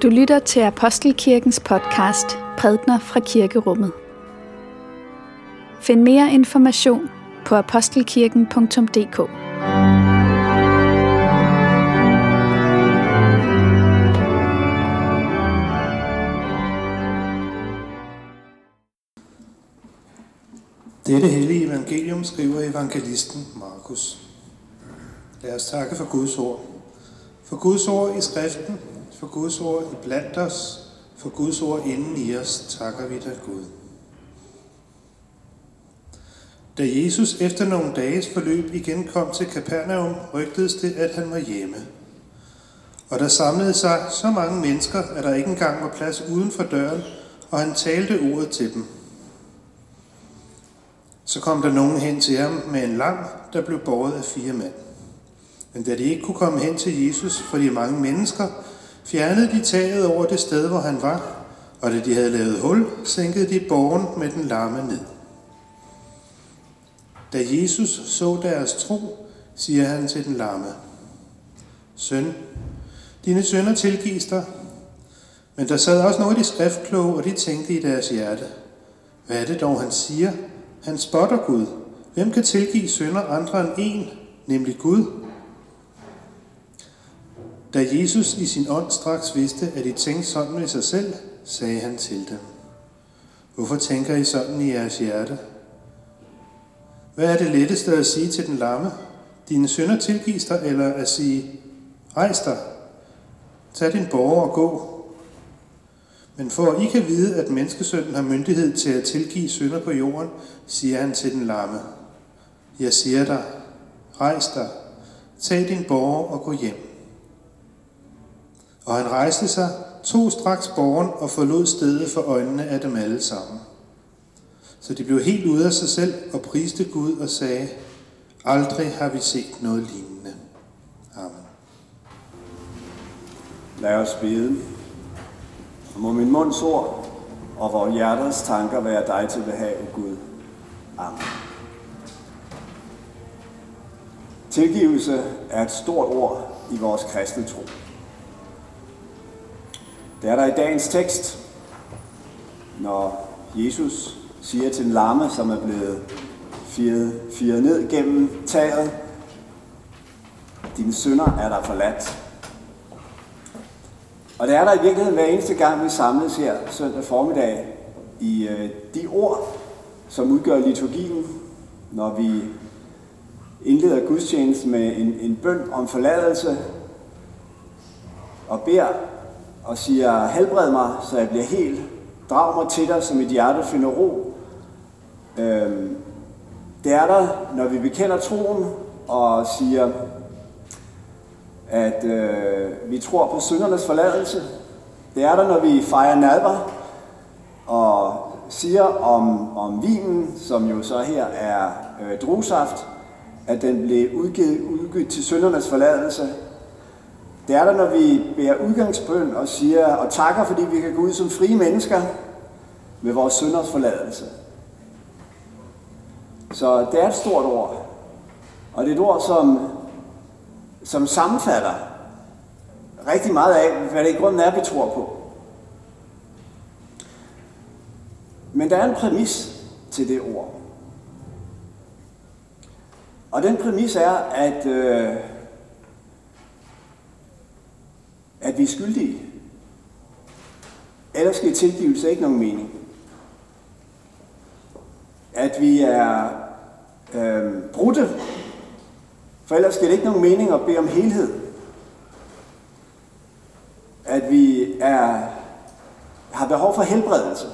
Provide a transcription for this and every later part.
Du lytter til Apostelkirkens podcast Prædikener fra Kirkerummet. Find mere information på apostelkirken.dk. Dette hellige evangelium skriver evangelisten Markus. Lad os takke for Guds ord. For Guds ord i skriften, for Guds ord i blandt os, for Guds ord inden i os, takker vi dig Gud. Da Jesus efter nogle dages forløb igen kom til Kapernaum, rygtedes det, at han var hjemme. Og der samlede sig så mange mennesker, at der ikke engang var plads uden for døren, og han talte ordet til dem. Så kom der nogen hen til ham med en lam, der blev båret af 4 mand. Men da de ikke kunne komme hen til Jesus for de mange mennesker, fjernede de taget over det sted, hvor han var, og da de havde lavet hul, sænkede de båren med den lamme ned. Da Jesus så deres tro, siger han til den lamme: Søn, dine synder tilgives dig. Men der sad også nogle af de skriftkloge, og de tænkte i deres hjerte: Hvad er det dog, han siger? Han spotter Gud. Hvem kan tilgive synder andre end en, nemlig Gud? Da Jesus i sin ånd straks vidste, at de tænkte sådan med sig selv, sagde han til dem: Hvorfor tænker I sådan i jeres hjerte? Hvad er det letteste at sige til den lamme: Dine synder tilgives dig, eller at sige: Rejs dig, tag din båre og gå? Men for at I kan vide, at menneskesønnen har myndighed til at tilgive synder på jorden, siger han til den lamme: Jeg siger dig, rejs dig, tag din båre og gå hjem. Og han rejste sig, tog straks båren og forlod stedet for øjnene af dem alle sammen. Så de blev helt ude af sig selv og priste Gud og sagde: Aldrig har vi set noget lignende. Amen. Lad os bede. Må min munds ord og vores hjerters tanker være dig til behag, Gud. Amen. Tilgivelse er et stort ord i vores kristne tro. Det er der i dagens tekst, når Jesus siger til en lamme, som er blevet firet ned gennem taget: Dine synder er der forladt. Og det er der i virkeligheden hver eneste gang, vi samles her søndag formiddag i de ord, som udgør liturgien, når vi indleder gudstjenesten med en bøn om forladelse og beder og siger: Helbred mig, så jeg bliver helt. Drag mig til dig, så mit hjerte finder ro. Det er der, når vi bekender troen og siger, at vi tror på syndernes forladelse. Det er der, når vi fejrer nadver og siger om vinen, som jo så her er druesaft, at den blev udgivet til syndernes forladelse. Det er der, når vi beder udgangsbøn og siger og takker, fordi vi kan gå ud som frie mennesker med vores synders forladelse. Så det er et stort ord, og det er et ord, som sammenfatter rigtig meget af, hvad det i grunden er, vi tror på. Men der er en præmis til det ord. Og den præmis er, at vi er skyldige. Ellers giver tilgivelse ikke nogen mening. At vi er brudte. For ellers giver det ikke nogen mening at bede om helhed. At vi har behov for helbredelse.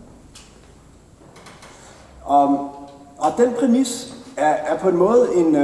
Og den præmis er på en måde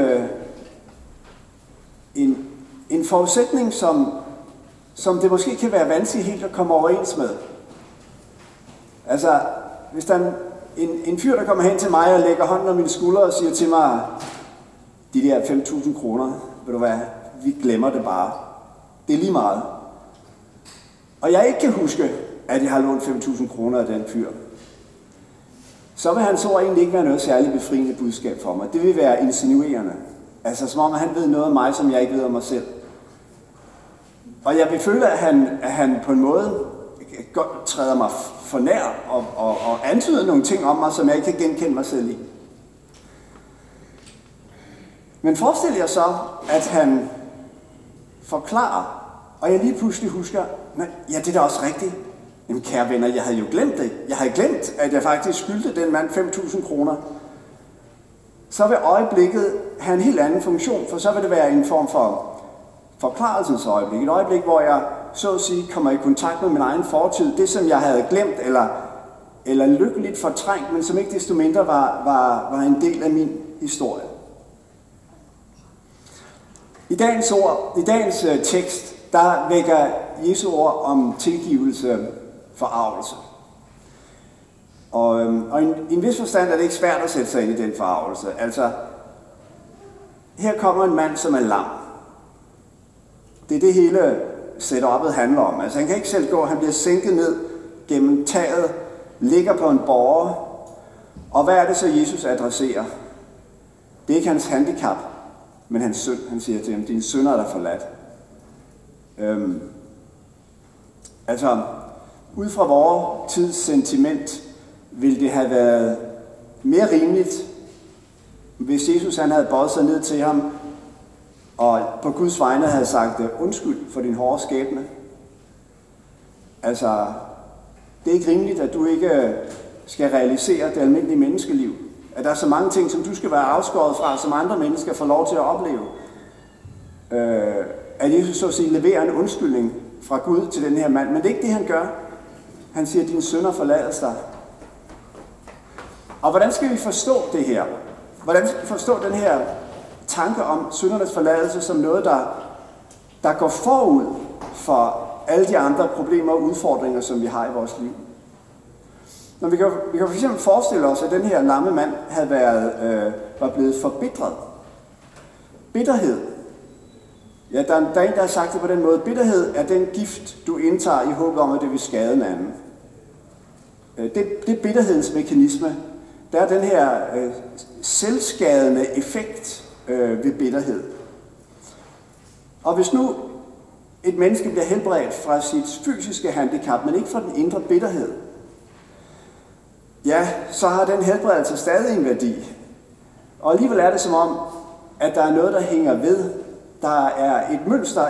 en forudsætning, som det måske kan være vanskeligt helt at komme overens med. Altså, hvis der er en fyr, der kommer hen til mig og lægger hånden om mine skuldre og siger til mig: De der 5.000 kroner, ved du hvad, vi glemmer det bare. Det er lige meget. Og jeg ikke kan huske, at jeg har lånt 5.000 kroner af den fyr, så vil hans ord egentlig ikke være noget særligt befriende budskab for mig. Det vil være insinuerende. Altså som om han ved noget om mig, som jeg ikke ved om mig selv. Og jeg vil føle, at han på en måde godt træder mig for nær og antyder nogle ting om mig, som jeg ikke kan genkende mig selv i. Men forestil jer så, at han forklarer, og jeg lige pludselig husker, ja, det er da også rigtigt. Jamen kære venner, jeg havde jo glemt det. Jeg havde glemt, at jeg faktisk skyldte den mand 5.000 kroner. Så vil øjeblikket have en helt anden funktion, for så vil det være en form for forklarelsens øjeblik. Et øjeblik, hvor jeg så at sige kommer i kontakt med min egen fortid. Det, som jeg havde glemt eller lykkeligt fortrængt, men som ikke desto mindre var en del af min historie. I dagens tekst, der vækker Jesu ord om tilgivelse forargelse. Og i en vis forstand er det ikke svært at sætte sig ind i den forargelse. Altså, her kommer en mand, som er lam. Det er det hele setup'et handler om. Altså, han kan ikke selv gå, han bliver sænket ned gennem taget, ligger på en båre. Og hvad er det så, Jesus adresserer? Det er ikke hans handicap, men hans synd. Han siger til ham, din synder er der forladt. Altså, ud fra vores tids sentiment, ville det have været mere rimeligt, hvis Jesus han havde bøjet sig ned til ham, og på Guds vegne havde sagt, undskyld for din hårde skæbne. Altså, det er ikke rimeligt, at du ikke skal realisere det almindelige menneskeliv. At der er så mange ting, som du skal være afskåret fra, som andre mennesker får lov til at opleve. At Jesus så at sige leverer en undskyldning fra Gud til den her mand. Men det er ikke det, han gør. Han siger, din synder forlades dig. Og hvordan skal vi forstå det her? Hvordan skal vi forstå den her tanke om syndernes forladelse som noget, der går forud for alle de andre problemer og udfordringer, som vi har i vores liv? Når vi kan for eksempel forestille os, at den her lamme mand var blevet forbitret. Bitterhed. Ja, der er en, der har sagt det på den måde. Bitterhed er den gift, du indtager i håbet om, at det vil skade en anden. Det er bitterhedens mekanisme. Der er den her selvskadende effekt ved bitterhed. Og hvis nu et menneske bliver helbredt fra sit fysiske handicap, men ikke fra den indre bitterhed, ja, så har den helbredelse stadig en værdi. Og alligevel er det som om, at der er noget, der hænger ved. Der er et mønster,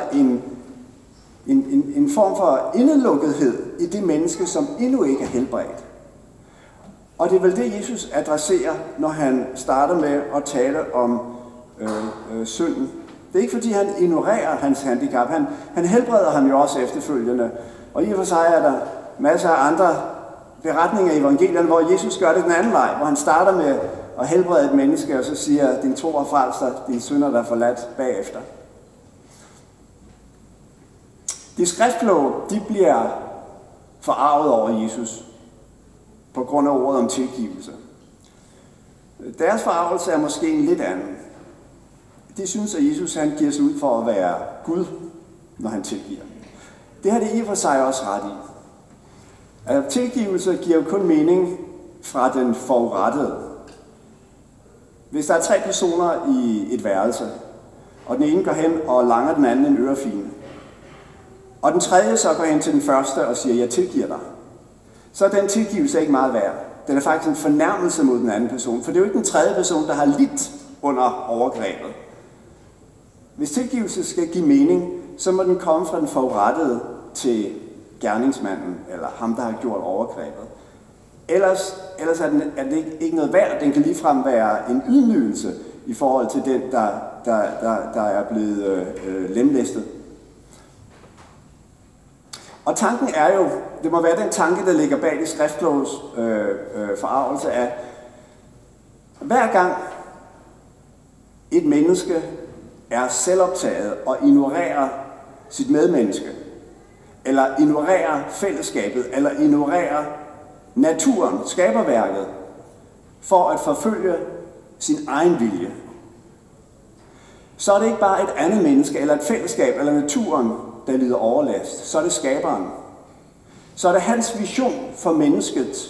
en form for indelukkethed i det menneske, som endnu ikke er helbredt. Og det er vel det, Jesus adresserer, når han starter med at tale om synden. Det er ikke fordi, han ignorerer hans handicap. Han helbreder ham jo også efterfølgende. Og i og for sig er der masser af andre beretninger i evangelierne, hvor Jesus gør det den anden vej, hvor han starter med at helbrede et menneske, og så siger, din tro har frelst dig, dine synder der er forladt bagefter. De skriftkloge, de bliver forarvet over Jesus på grund af ordet om tilgivelse. Deres forarvelse er måske en lidt anden. De synes, at Jesus han giver sig ud for at være Gud, når han tilgiver. Det har det i og for sig også ret i. At tilgivelse giver jo kun mening fra den forurettede. Hvis der er 3 personer i et værelse, og den ene går hen og langer den anden en ørefine, og den tredje så går hen til den første og siger, jeg tilgiver dig, så er den tilgivelse ikke meget værd. Den er faktisk en fornærmelse mod den anden person, for det er jo ikke den tredje person, der har lidt under overgrebet. Hvis tilgivelse skal give mening, så må den komme fra den forurettede til gerningsmanden, eller ham, der har gjort overgrebet. Ellers er det ikke noget værd. Den kan ligefrem være en ydmygelse i forhold til den, der er blevet lemlæstet. Og tanken er jo, det må være den tanke, der ligger bag de skriftkloges forarvelse af, hver gang et menneske er selvoptaget og ignorerer sit medmenneske, eller ignorerer fællesskabet, eller ignorerer naturen, skaberværket, for at forfølge sin egen vilje, så er det ikke bare et andet menneske, eller et fællesskab, eller naturen, der lider overlast. Så er det skaberen. Så er det hans vision for mennesket,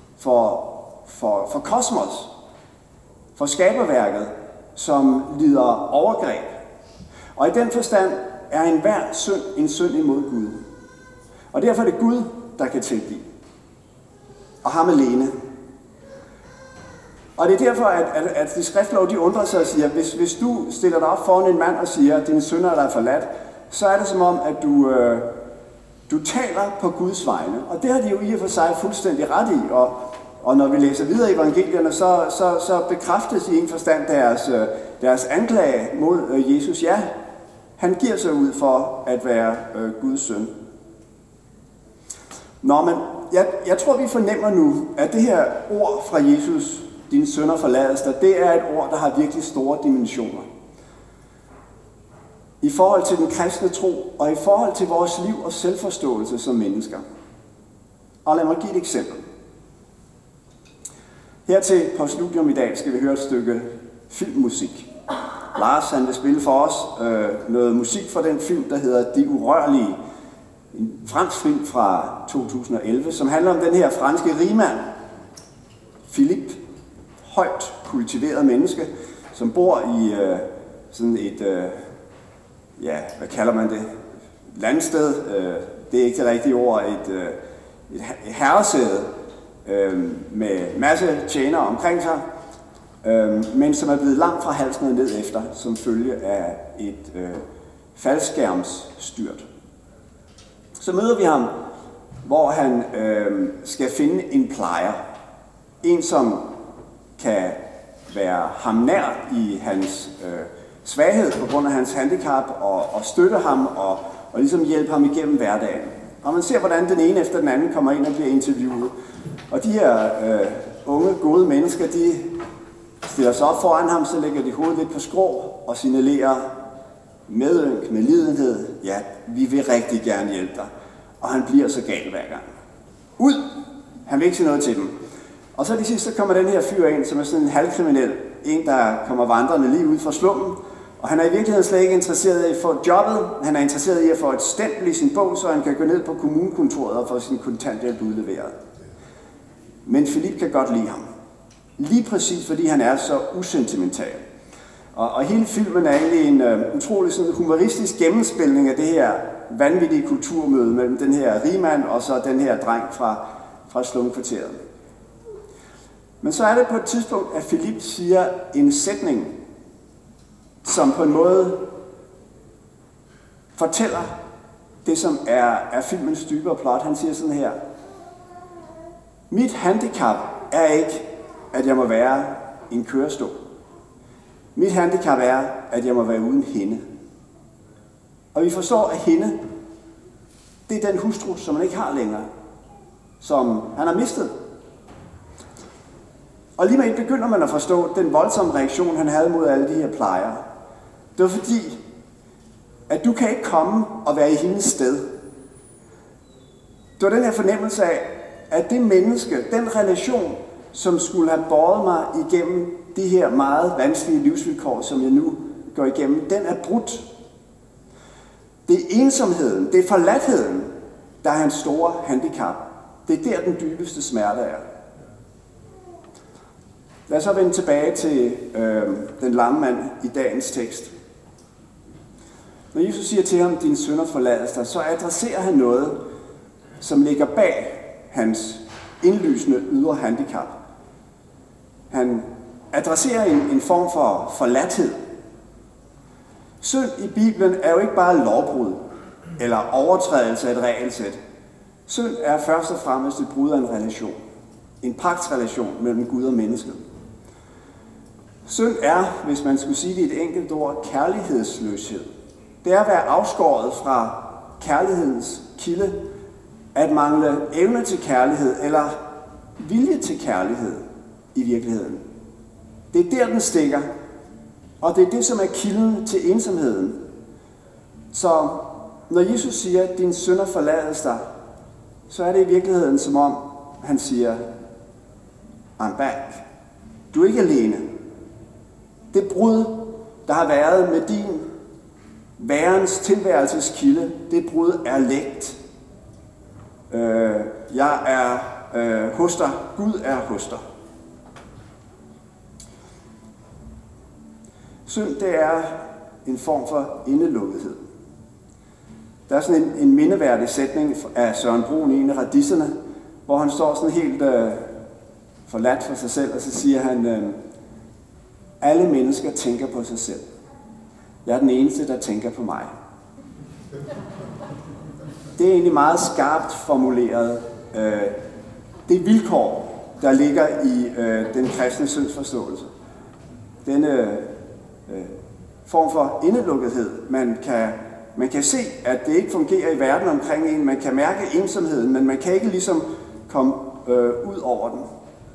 for kosmos, for skaberværket, som lider overgreb. Og i den forstand er enhver synd en synd imod Gud. Og derfor er det Gud, der kan tilgive. Og ham alene. Og det er derfor, at de skriftlov, de undrer sig og siger, hvis du stiller dig op foran en mand og siger, at dine synder er dig forladt, så er det som om, at du taler på Guds vegne. Og det har de jo i og for sig fuldstændig ret i. Og når vi læser videre i evangelierne, så bekræftes i en forstand deres anklage mod Jesus. Ja, han giver sig ud for at være Guds søn. Nå, men jeg tror, vi fornemmer nu, at det her ord fra Jesus, dine synder forlades dig, det er et ord, der har virkelig store dimensioner. I forhold til den kristne tro, og i forhold til vores liv og selvforståelse som mennesker. Og lad mig give et eksempel. Her til Postludium i dag skal vi høre et stykke filmmusik. Lars han vil spille for os noget musik fra den film, der hedder De Urørlige. En fransk film fra 2011, som handler om den her franske rigmand, Philippe, højt kultiveret menneske, som bor i sådan et, hvad kalder man det, landsted, det er ikke det rigtige ord, et herresæde med masse tjenere omkring sig, men som er blevet langt fra halsen og ned efter, som følge af et faldskærmsstyrt. Så møder vi ham, hvor han skal finde en plejer. En, som kan være ham nær i hans svaghed på grund af hans handicap, og støtte ham og ligesom hjælpe ham igennem hverdagen. Og man ser, hvordan den ene efter den anden kommer ind og bliver interviewet. Og de her unge, gode mennesker, de stiller sig op foran ham, så lægger de hovedet lidt på skrå og signalerer medynk, med lidenhed. Ja, vi vil rigtig gerne hjælpe dig. Og han bliver så gal hver gang. Ud! Han vil ikke sige noget til dem. Og så til sidst, så kommer den her fyr ind, som er sådan en halvkriminel. En, der kommer vandrende lige ud fra slummen. Og han er i virkeligheden slet ikke interesseret i at få jobbet. Han er interesseret i at få et stempel i sin bog, så han kan gå ned på kommunekontoret og få sin kontanthjælp udleveret. Men Philippe kan godt lide ham. Lige præcis fordi han er så usentimental. Og hele filmen er egentlig en utrolig sådan humoristisk gennemspilning af det her vanvittige kulturmøde mellem den her rigmand og så den her dreng fra slumkvarteret. Men så er det på et tidspunkt, at Philippe siger en sætning, som på en måde fortæller det, som er filmens dybere plot. Han siger sådan her: mit handicap er ikke, at jeg må være i en kørestol. Mit handicap er, at jeg må være uden hende. Og vi forstår, at hende, det er den hustru, som man ikke har længere, som han har mistet. Og lige med et begynder man at forstå den voldsomme reaktion, han havde mod alle de her plejere. Det var fordi, at du kan ikke komme og være i hendes sted. Det var den her fornemmelse af, at det menneske, den relation, som skulle have båret mig igennem de her meget vanskelige livsvilkår, som jeg nu går igennem, den er brudt. Det er ensomheden, det er forladtheden, der er hans store handicap. Det er der, den dybeste smerte er. Lad os så vende tilbage til den lamme mand i dagens tekst. Når Jesus siger til ham, dine synder forlades dig, så adresserer han noget, som ligger bag hans indlysende ydre handicap. Han adresserer en form for forladthed. Synd i Bibelen er jo ikke bare lovbrud eller overtrædelse af et regelsæt. Synd er først og fremmest et brud af en relation. En pagtsrelation mellem Gud og mennesket. Synd er, hvis man skulle sige det i et enkelt ord, kærlighedsløshed. Det er at være afskåret fra kærlighedens kilde, at mangle evne til kærlighed eller vilje til kærlighed i virkeligheden. Det er der, den stikker, og det er det, som er kilden til ensomheden. Så når Jesus siger, at dine synder forlades dig, så er det i virkeligheden som om, han siger, I'm back. Du er ikke alene. Det brud, der har været med din værens tilværelseskilde, det brud er lægt. Jeg er hos dig. Gud er hos dig. Synd, det er en form for indelukkethed. Der er sådan en mindeværdig sætning af Søren Brun i en af radisserne, hvor han står sådan helt forladt for sig selv, og så siger han, alle mennesker tænker på sig selv. Jeg er den eneste, der tænker på mig. Det er egentlig meget skarpt formuleret. Det vilkår, der ligger i den kristne syndsforståelse. Denne form for indelukkethed. Man kan se, at det ikke fungerer i verden omkring en. Man kan mærke ensomheden, men man kan ikke ligesom komme ud over den.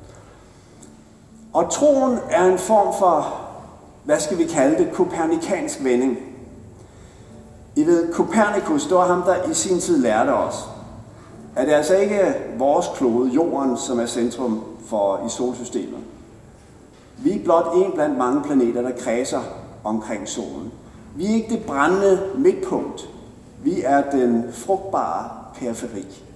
Og troen er en form for, hvad skal vi kalde det, kopernikansk vending. I ved, Kopernikus, det var ham, der i sin tid lærte os, at det er altså ikke vores klode, jorden, som er centrum i solsystemet. Vi er blot en blandt mange planeter, der kredser omkring solen. Vi er ikke det brændende midtpunkt. Vi er den frugtbare periferi.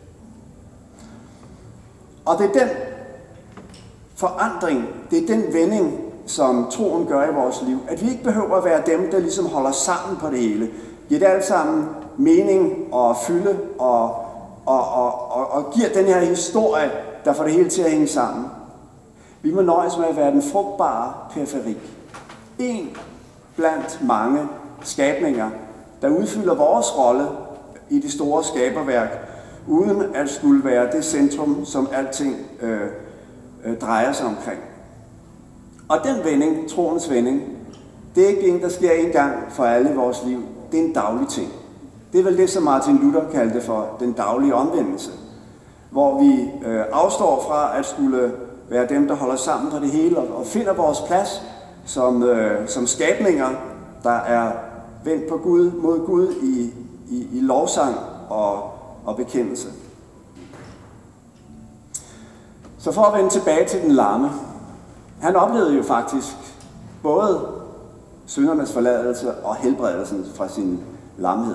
Og det er den forandring, det er den vending, som troen gør i vores liv. At vi ikke behøver at være dem, der ligesom holder sammen på det hele. Giver det alt sammen mening og fylde og giver den her historie, der får det hele til at hænge sammen. Vi må nøjes med at være den frugtbare periferi. En blandt mange skabninger, der udfylder vores rolle i det store skaberværk, uden at skulle være det centrum, som alting drejer sig omkring. Og den vending, troens vending, det er ikke en, der sker en gang for alle i vores liv. Det er en daglig ting. Det er vel det, som Martin Luther kaldte for den daglige omvendelse. Hvor vi afstår fra at skulle være dem, der holder sammen på det hele og finder vores plads som skabninger, der er vendt på Gud, mod Gud i lovsang og bekendelse. Så for at vende tilbage til den lamme. Han oplevede jo faktisk både syndernes forladelse og helbredelsen fra sin lamhed.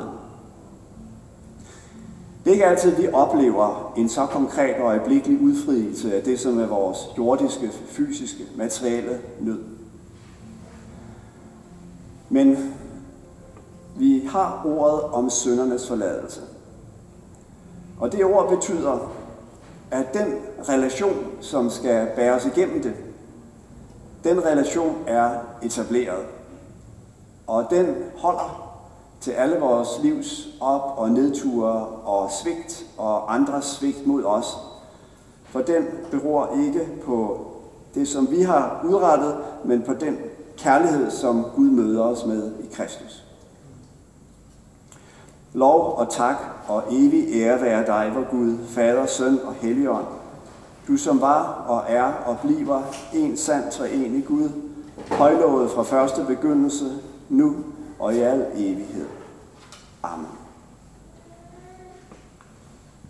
Det er ikke altid, vi oplever en så konkret og øjeblikkelig udfrielse af det, som er vores jordiske, fysiske, materielle nød. Men vi har ordet om syndernes forladelse. Og det ord betyder, at den relation, som skal bære os igennem det, den relation er etableret. Og den holder til alle vores livs op- og nedture og svigt og andres svigt mod os. For den beror ikke på det, som vi har udrettet, men på den kærlighed, som Gud møder os med i Kristus. Lov og tak og evig ære være dig, vor Gud, Fader, Søn og Helligånd. Du som var og er og bliver en sand treenig Gud, højlovet fra første begyndelse, nu og i al evighed. Amen.